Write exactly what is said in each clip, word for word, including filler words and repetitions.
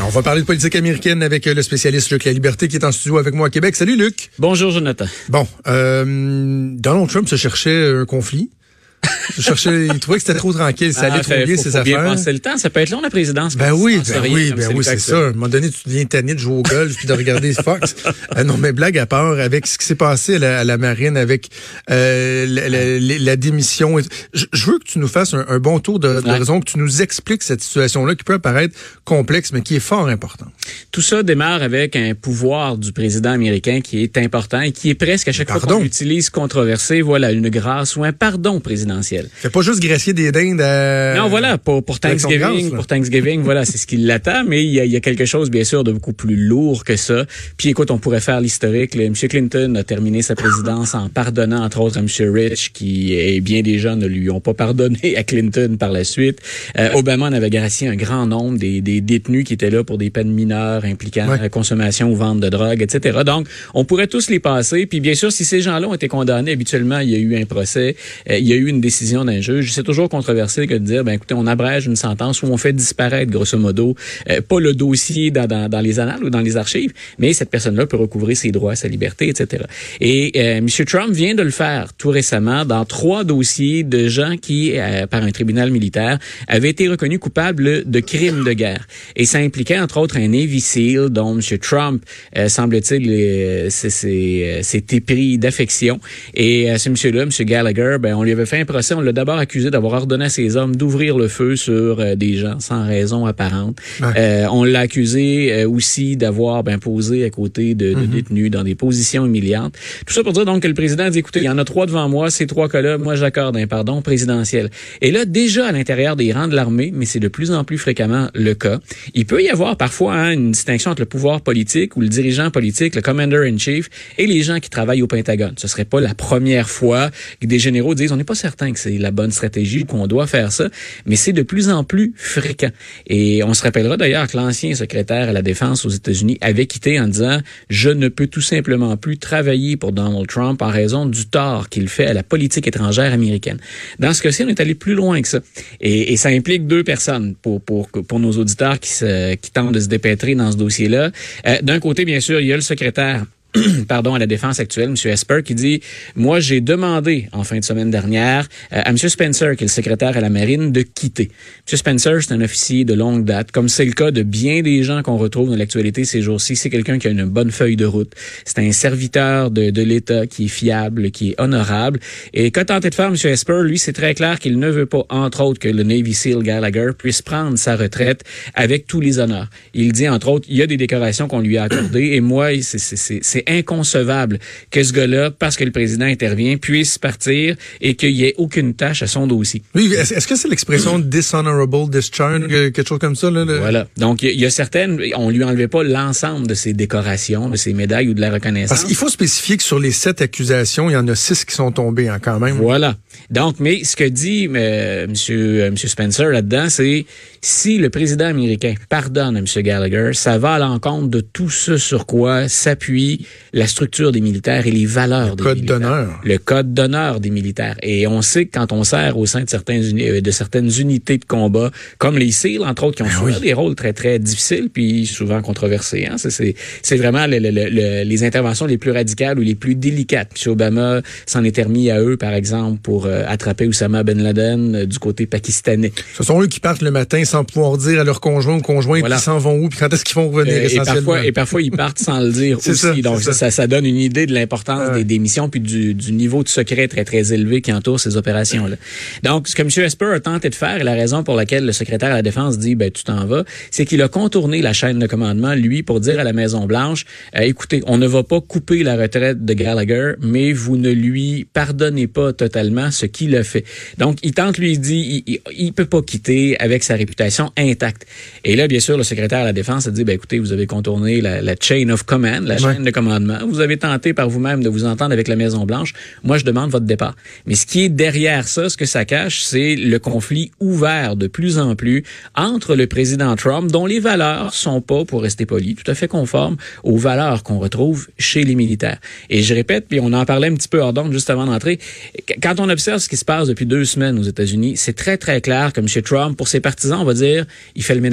On va parler de politique américaine avec le spécialiste Luc Laliberté qui est en studio avec moi à Québec. Salut Luc. Bonjour Jonathan. Bon, euh, Donald Trump se cherchait un conflit. Je cherchais, il trouvait que c'était trop tranquille, ça allait ah, trop bien faut, ses faut affaires. Bien passer le temps, ça peut être long la présidence. Ben oui, ben oui, ben oui, c'est ça. À un moment donné, tu deviens tanné de jouer au golf puis de regarder Fox. euh, non, mais blague à part, avec ce qui s'est passé à la, à la marine, avec euh, la, la, la, la démission, je, je veux que tu nous fasses un, un bon tour de, de ouais. raison, que tu nous expliques cette situation-là qui peut apparaître complexe, mais qui est fort importante. Tout ça démarre avec un pouvoir du président américain qui est important et qui est presque à chaque pardon. fois qu'on l'utilise controversé, voilà, une grâce ou un pardon présidentiel. Fait pas juste gracier des dindes à... Non, voilà, pour, pour Thanksgiving, pour Thanksgiving, voilà, c'est ce qui l'attend, mais il y, a, il y a quelque chose, bien sûr, de beaucoup plus lourd que ça. Puis écoute, on pourrait faire l'historique. M. Clinton a terminé sa présidence en pardonnant, entre autres, à M. Rich, qui, et bien des gens ne lui ont pas pardonné à Clinton par la suite. Euh, Obama en avait gracié un grand nombre des, des détenus qui étaient là pour des peines mineures impliquant ouais. la consommation ou vente de drogue, et cetera. Donc, on pourrait tous les passer. Puis bien sûr, si ces gens-là ont été condamnés, habituellement, il y a eu un procès, euh, il y a eu une décision d'un juge. C'est toujours controversé que de dire, ben écoutez, on abrège une sentence ou on fait disparaître, grosso modo, euh, pas le dossier dans, dans, dans les annales ou dans les archives, mais cette personne-là peut recouvrer ses droits, sa liberté, et cetera. Et euh, M. Trump vient de le faire tout récemment dans trois dossiers de gens qui, euh, par un tribunal militaire, avaient été reconnus coupables de crimes de guerre. Et ça impliquait, entre autres, un Navy SEAL dont M. Trump, euh, semble-t-il, euh, s'est épris d'affection. Et euh, ce monsieur-là, M. Gallagher, ben on lui avait fait un procès, on l'a d'abord accusé d'avoir ordonné à ses hommes d'ouvrir le feu sur euh, des gens sans raison apparente. Ouais. Euh, on l'a accusé euh, aussi d'avoir ben, posé à côté de, de mm-hmm. détenus dans des positions humiliantes. Tout ça pour dire donc que le président dit, écoutez, il y en a trois devant moi, ces trois cas-là, moi j'accorde un pardon présidentiel. Et là, déjà à l'intérieur des rangs de l'armée, mais c'est de plus en plus fréquemment le cas, il peut y avoir parfois hein, une distinction entre le pouvoir politique ou le dirigeant politique, le commander-in-chief, et les gens qui travaillent au Pentagone. Ce serait pas la première fois que des généraux disent, on n'est pas certain que c'est la bonne stratégie, qu'on doit faire ça, mais c'est de plus en plus fréquent. Et on se rappellera d'ailleurs que l'ancien secrétaire à la Défense aux États-Unis avait quitté en disant « Je ne peux tout simplement plus travailler pour Donald Trump en raison du tort qu'il fait à la politique étrangère américaine. » Dans ce cas-ci, on est allé plus loin que ça. Et, et ça implique deux personnes pour, pour, pour nos auditeurs qui, se, qui tentent de se dépêtrer dans ce dossier-là. Euh, d'un côté, bien sûr, il y a le secrétaire pardon, à la défense actuelle, M. Esper, qui dit « Moi, j'ai demandé en fin de semaine dernière euh, à M. Spencer, qui est le secrétaire à la marine, de quitter. M. Spencer, c'est un officier de longue date, comme c'est le cas de bien des gens qu'on retrouve dans l'actualité ces jours-ci. C'est quelqu'un qui a une bonne feuille de route. C'est un serviteur de, de l'État qui est fiable, qui est honorable. Et qu'a tenté de faire M. Esper, lui, c'est très clair qu'il ne veut pas, entre autres, que le Navy SEAL Gallagher puisse prendre sa retraite avec tous les honneurs. Il dit, entre autres, il y a des décorations qu'on lui a accordées, et moi, c'est, c'est, c'est, c'est inconcevable que ce gars-là, parce que le président intervient, puisse partir et qu'il n'y ait aucune tâche à son dossier. Oui, est-ce, est-ce que c'est l'expression dishonorable discharge, quelque chose comme ça? Là, le... Voilà. Donc, il y, y a certaines, on lui enlevait pas l'ensemble de ses décorations, de ses médailles ou de la reconnaissance. Parce qu'il faut spécifier que sur les sept accusations, il y en a six qui sont tombées hein, quand même. Voilà. Donc, mais ce que dit euh, monsieur, euh, monsieur Spencer là-dedans, c'est si le président américain pardonne à M. Gallagher, ça va à l'encontre de tout ce sur quoi s'appuie la structure des militaires et les valeurs le des code militaires. d'honneur. Le code d'honneur des militaires. Et on sait que quand on sert au sein de certaines, uni- de certaines unités de combat, comme les SEAL, entre autres, qui ont ben souvent oui. des rôles très, très difficiles, puis souvent controversés. Hein? C'est, c'est, c'est vraiment le, le, le, les interventions les plus radicales ou les plus délicates. M. Obama s'en est remis à eux, par exemple, pour euh, attraper Oussama Ben Laden euh, du côté pakistanais. Ce sont eux qui partent le matin sans pouvoir dire à leur conjoint ou conjoint voilà. Puis ils s'en vont où, puis quand est-ce qu'ils vont revenir euh, et essentiellement. Parfois, et parfois, ils partent sans le dire aussi. Ça, Donc, ça, ça, ça donne une idée de l'importance ouais. des, des missions puis du, du niveau de secret très, très élevé qui entoure ces opérations-là. Donc, ce que M. Esper a tenté de faire, et la raison pour laquelle le secrétaire à la Défense dit, ben, tu t'en vas, c'est qu'il a contourné la chaîne de commandement, lui, pour dire à la Maison-Blanche, euh, écoutez, on ne va pas couper la retraite de Gallagher, mais vous ne lui pardonnez pas totalement ce qu'il a fait. Donc, il tente, lui, il dit, il, il, il peut pas quitter avec sa réputation intacte. Et là, bien sûr, le secrétaire à la Défense a dit, ben, écoutez, vous avez contourné la, la chain of command, la ouais. chaîne de commandement. Vous avez tenté par vous-même de vous entendre avec la Maison-Blanche. Moi, je demande votre départ. Mais ce qui est derrière ça, ce que ça cache, c'est le conflit ouvert de plus en plus entre le président Trump, dont les valeurs sont pas, pour rester poli, tout à fait conformes aux valeurs qu'on retrouve chez les militaires. Et je répète, puis on en parlait un petit peu hors d'onde juste avant d'entrer, quand on observe ce qui se passe depuis deux semaines aux États-Unis, c'est très, très clair que M. Trump, pour ses partisans, on va dire, il fait le ménage.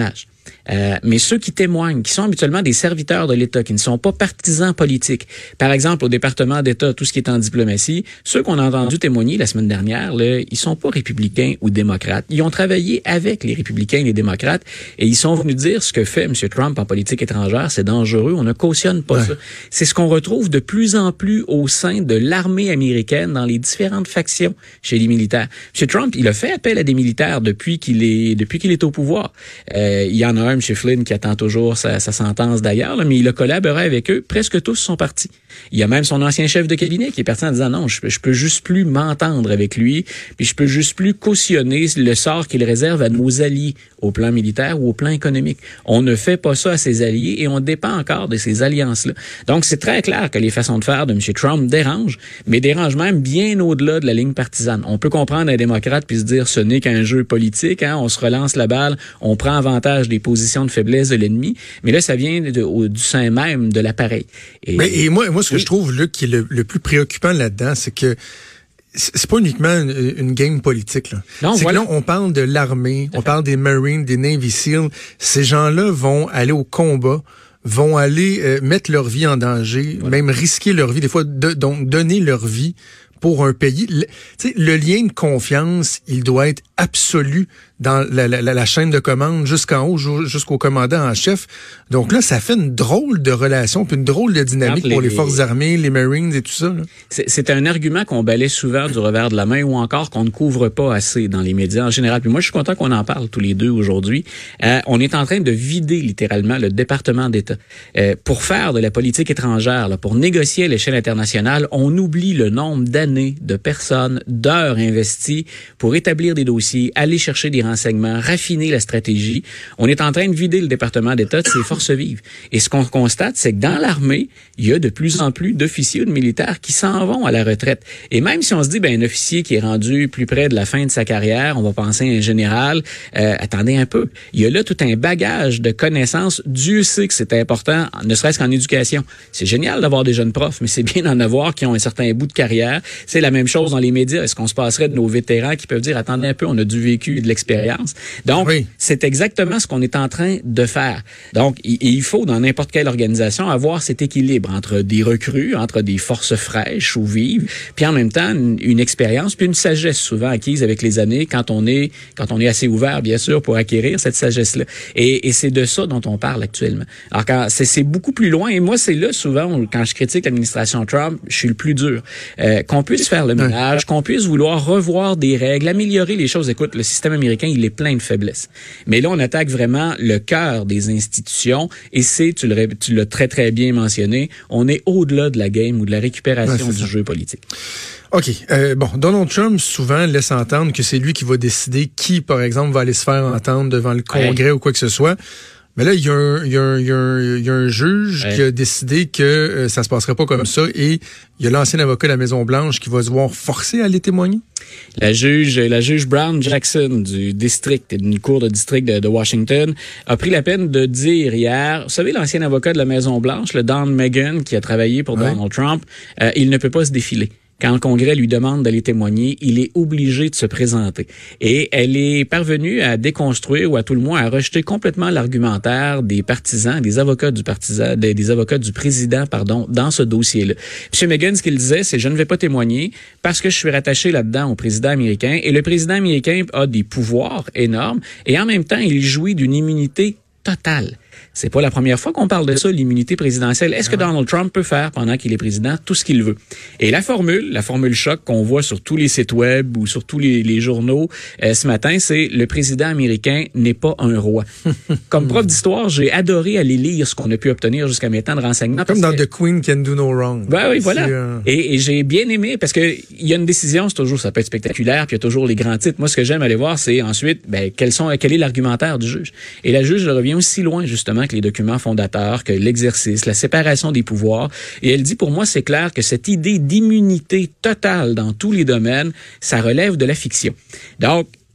Euh, mais ceux qui témoignent, qui sont habituellement des serviteurs de l'État, qui ne sont pas partisans politiques, par exemple au département d'État, tout ce qui est en diplomatie, ceux qu'on a entendu témoigner la semaine dernière, là, ils sont pas républicains ou démocrates. Ils ont travaillé avec les républicains et les démocrates et ils sont venus dire ce que fait M. Trump en politique étrangère, c'est dangereux, on ne cautionne pas ouais. ça. C'est ce qu'on retrouve de plus en plus au sein de l'armée américaine dans les différentes factions chez les militaires. M. Trump, il a fait appel à des militaires depuis qu'il est depuis qu'il est au pouvoir. Euh, il y en a un, M. Flynn, qui attend toujours sa, sa sentence d'ailleurs, là, mais il a collaboré avec eux. Presque tous sont partis. Il y a même son ancien chef de cabinet qui est parti en disant non, je, je peux juste plus m'entendre avec lui, puis je peux juste plus cautionner le sort qu'il réserve à nos alliés au plan militaire ou au plan économique. On ne fait pas ça à ses alliés et on dépend encore de ces alliances-là. Donc, c'est très clair que les façons de faire de M. Trump dérangent, mais dérangent même bien au-delà de la ligne partisane. On peut comprendre un démocrate puis se dire ce n'est qu'un jeu politique, hein, on se relance la balle, on prend avantage des positions de faiblesse de l'ennemi, mais là, ça vient de, au, du sein même de l'appareil. Et, mais, et moi, moi, ce que oui. je trouve, Luc, qui est le, le plus préoccupant là-dedans, c'est que c'est pas uniquement une, une game politique, là. Non, c'est voilà. que là, on parle de l'armée, on parle des Marines, des Navy SEAL. Ces gens-là vont aller au combat, vont aller euh, mettre leur vie en danger, voilà. même risquer leur vie, des fois, de, donc donner leur vie pour un pays. Le, le lien de confiance, il doit être absolu dans la, la, la chaîne de commande jusqu'en haut, jusqu'au commandant en chef. Donc là, ça fait une drôle de relation, puis une drôle de dynamique les, pour les forces armées, les Marines et tout ça. C'est, c'est un argument qu'on balaie souvent du revers de la main ou encore qu'on ne couvre pas assez dans les médias en général. Puis moi, je suis content qu'on en parle tous les deux aujourd'hui. Euh, on est en train de vider littéralement le département d'État. Euh, pour faire de la politique étrangère, là, pour négocier à l'échelle internationale, on oublie le nombre d'années, de personnes, d'heures investies pour établir des dossiers, aller chercher des renseignements, raffiner la stratégie. On est en train de vider le département d'État de ses forces vives. Et ce qu'on constate, c'est que dans l'armée, il y a de plus en plus d'officiers ou de militaires qui s'en vont à la retraite. Et même si on se dit, ben, un officier qui est rendu plus près de la fin de sa carrière, on va penser à un général, euh, attendez un peu. Il y a là tout un bagage de connaissances. Dieu sait que c'est important, ne serait-ce qu'en éducation. C'est génial d'avoir des jeunes profs, mais c'est bien d'en avoir qui ont un certain bout de carrière. C'est la même chose dans les médias. Est-ce qu'on se passerait de nos vétérans qui peuvent dire, attendez un peu, on a du vécu et de l'expérience. Donc, oui. c'est exactement ce qu'on est en train de faire. Donc, il, il faut, dans n'importe quelle organisation, avoir cet équilibre entre des recrues, entre des forces fraîches ou vives, puis en même temps, une, une expérience, puis une sagesse souvent acquise avec les années quand on est, quand on est assez ouvert, bien sûr, pour acquérir cette sagesse-là. Et, et c'est de ça dont on parle actuellement. Alors, quand c'est, c'est beaucoup plus loin, et moi, c'est là, souvent, quand je critique l'administration Trump, je suis le plus dur. Euh, qu'on puisse faire le ménage, qu'on puisse vouloir revoir des règles, améliorer les choses. Écoute, le système américain, il est plein de faiblesses. Mais là, on attaque vraiment le cœur des institutions et c'est, tu, le, tu l'as très, très bien mentionné, on est au-delà de la game ou de la récupération ouais, du ça. jeu politique. OK. Euh, bon, Donald Trump, souvent, laisse entendre que c'est lui qui va décider qui, par exemple, va aller se faire entendre devant le Congrès ouais. ou quoi que ce soit. Mais là, il y a un, il y a un, il y a un, il y a un juge ouais. qui a décidé que euh, ça se passerait pas comme ça et il y a l'ancien avocat de la Maison-Blanche qui va se voir forcé à aller témoigner. La juge, la juge Brown Jackson du district, d'une cour de district de, de Washington, a pris la peine de dire hier, vous savez, l'ancien avocat de la Maison-Blanche, le Don Megan, qui a travaillé pour ouais. Donald Trump, euh, il ne peut pas se défiler. Quand le Congrès lui demande d'aller témoigner, il est obligé de se présenter. Et elle est parvenue à déconstruire ou à tout le moins à rejeter complètement l'argumentaire des partisans, des avocats du partisan, des, des avocats du président, pardon, dans ce dossier-là. M. Megan, ce qu'il disait, c'est je ne vais pas témoigner parce que je suis rattaché là-dedans au président américain. Et le président américain a des pouvoirs énormes et en même temps, il jouit d'une immunité totale. C'est pas la première fois qu'on parle de ça, l'immunité présidentielle. Est-ce que Donald Trump peut faire, pendant qu'il est président, tout ce qu'il veut? Et la formule, la formule choc qu'on voit sur tous les sites web ou sur tous les, les journaux euh, ce matin, c'est le président américain n'est pas un roi. Comme prof d'histoire, j'ai adoré aller lire ce qu'on a pu obtenir jusqu'à maintenant de renseignements. Comme dans que... The Queen Can Do No Wrong. Ben oui, voilà. Euh... Et, et j'ai bien aimé parce que il y a une décision, c'est toujours, ça peut être spectaculaire, puis il y a toujours les grands titres. Moi, ce que j'aime aller voir, c'est ensuite, ben, quels sont, quel est l'argumentaire du juge? Et la juge revient aussi loin, justement, que les documents fondateurs, que l'exercice, la séparation des pouvoirs. Et elle dit, pour moi, c'est clair que cette idée d'immunité totale dans tous les domaines, ça relève de la fiction. Donc,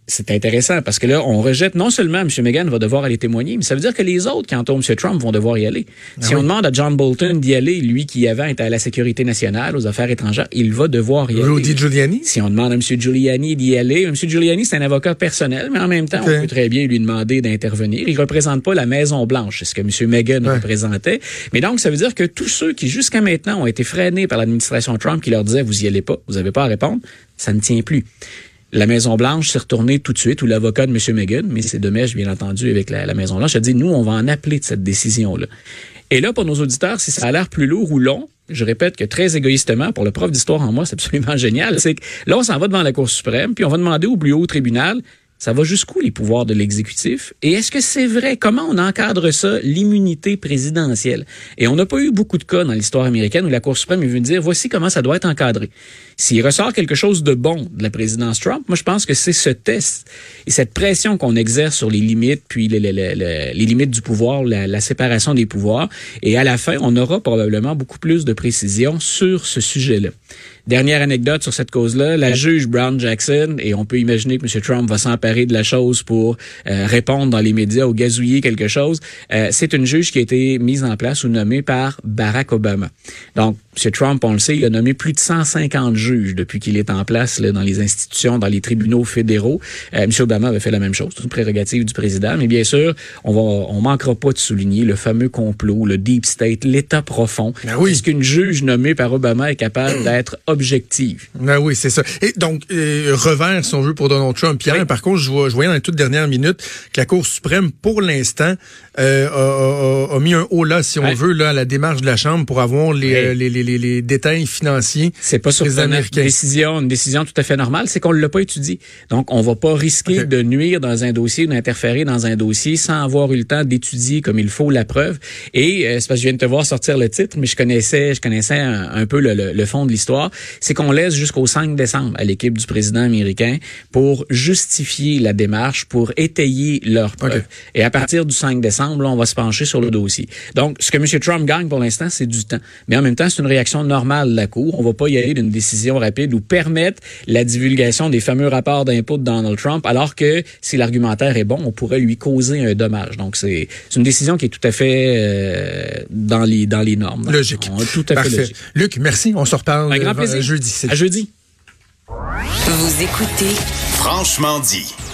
c'est intéressant parce que là, on rejette non seulement M. Meghan va devoir aller témoigner, mais ça veut dire que les autres qui entourent M. Trump vont devoir y aller. Ah si oui. on demande à John Bolton d'y aller, lui qui avant était à la sécurité nationale, aux affaires étrangères, il va devoir y Rudy aller. Rudy Giuliani? Si on demande à M. Giuliani d'y aller, M. Giuliani, c'est un avocat personnel, mais en même temps, okay. on peut très bien lui demander d'intervenir. Il représente pas la Maison-Blanche, c'est ce que M. Meghan ouais. représentait. Mais donc, ça veut dire que tous ceux qui, jusqu'à maintenant, ont été freinés par l'administration Trump, qui leur disait, vous y allez pas, vous avez pas à répondre, ça ne tient plus. La Maison-Blanche s'est retournée tout de suite, ou l'avocat de M. Meghan, mais c'est de mèche, bien entendu, avec la, la Maison-Blanche, a dit, nous, on va en appeler de cette décision-là. Et là, pour nos auditeurs, si ça a l'air plus lourd ou long, je répète que très égoïstement, pour le prof d'histoire en moi, c'est absolument génial, c'est que là, on s'en va devant la Cour suprême, puis on va demander au plus haut tribunal, ça va jusqu'où les pouvoirs de l'exécutif? Et est-ce que c'est vrai? Comment on encadre ça, l'immunité présidentielle? Et on n'a pas eu beaucoup de cas dans l'histoire américaine où la Cour suprême est venue dire, voici comment ça doit être encadré. S'il ressort quelque chose de bon de la présidence Trump, moi je pense que c'est ce test et cette pression qu'on exerce sur les limites, puis les, les, les, les limites du pouvoir, la, la séparation des pouvoirs. Et à la fin, on aura probablement beaucoup plus de précision sur ce sujet-là. Dernière anecdote sur cette cause-là, la juge Brown Jackson, et on peut imaginer que M. Trump va s'emparer de la chose pour euh, répondre dans les médias ou gazouiller quelque chose, euh, c'est une juge qui a été mise en place ou nommée par Barack Obama. Donc, M. Trump, on le sait, il a nommé plus de cent cinquante juges depuis qu'il est en place là, dans les institutions, dans les tribunaux fédéraux. Euh, M. Obama avait fait la même chose, c'est une prérogative du président, mais bien sûr, on va, on manquera pas de souligner le fameux complot, le deep state, l'État profond. Ben oui. Est-ce qu'une juge nommée par Obama est capable d'être objective? Ben oui, c'est ça. Et donc, euh, revers, si on veut, pour Donald Trump. Pierre, oui. Par contre, je, vois, je voyais dans les toutes dernières minutes que la Cour suprême, pour l'instant, euh, a, a, a mis un haut là, si on ouais. veut, là, à la démarche de la Chambre pour avoir les, ouais. euh, les, les, les, les détails financiers. C'est pas surprenant. Une décision, une décision tout à fait normale, c'est qu'on l'a pas étudié. Donc, on va pas risquer okay. de nuire dans un dossier ou d'interférer dans un dossier sans avoir eu le temps d'étudier comme il faut la preuve. Et euh, c'est parce que je viens de te voir sortir le titre, mais je connaissais, je connaissais un, un peu le, le, le fond de l'histoire. C'est qu'on laisse jusqu'au cinq décembre à l'équipe du président américain pour justifier la démarche, pour étayer leurs preuves. Okay. Et à partir du cinq décembre, là, on va se pencher sur le dossier. Donc, ce que M. Trump gagne pour l'instant, c'est du temps. Mais en même temps, c'est une réaction normale de la Cour. On va pas y aller d'une décision rapide ou permettre la divulgation des fameux rapports d'impôts de Donald Trump, alors que si l'argumentaire est bon, on pourrait lui causer un dommage. Donc, c'est, c'est une décision qui est tout à fait euh, dans les dans les normes. Logique. On, tout à Parfait. fait logique. Luc, merci. On se reparle un grand plaisir. jeudi. À jeudi. Vous écoutez Franchement dit.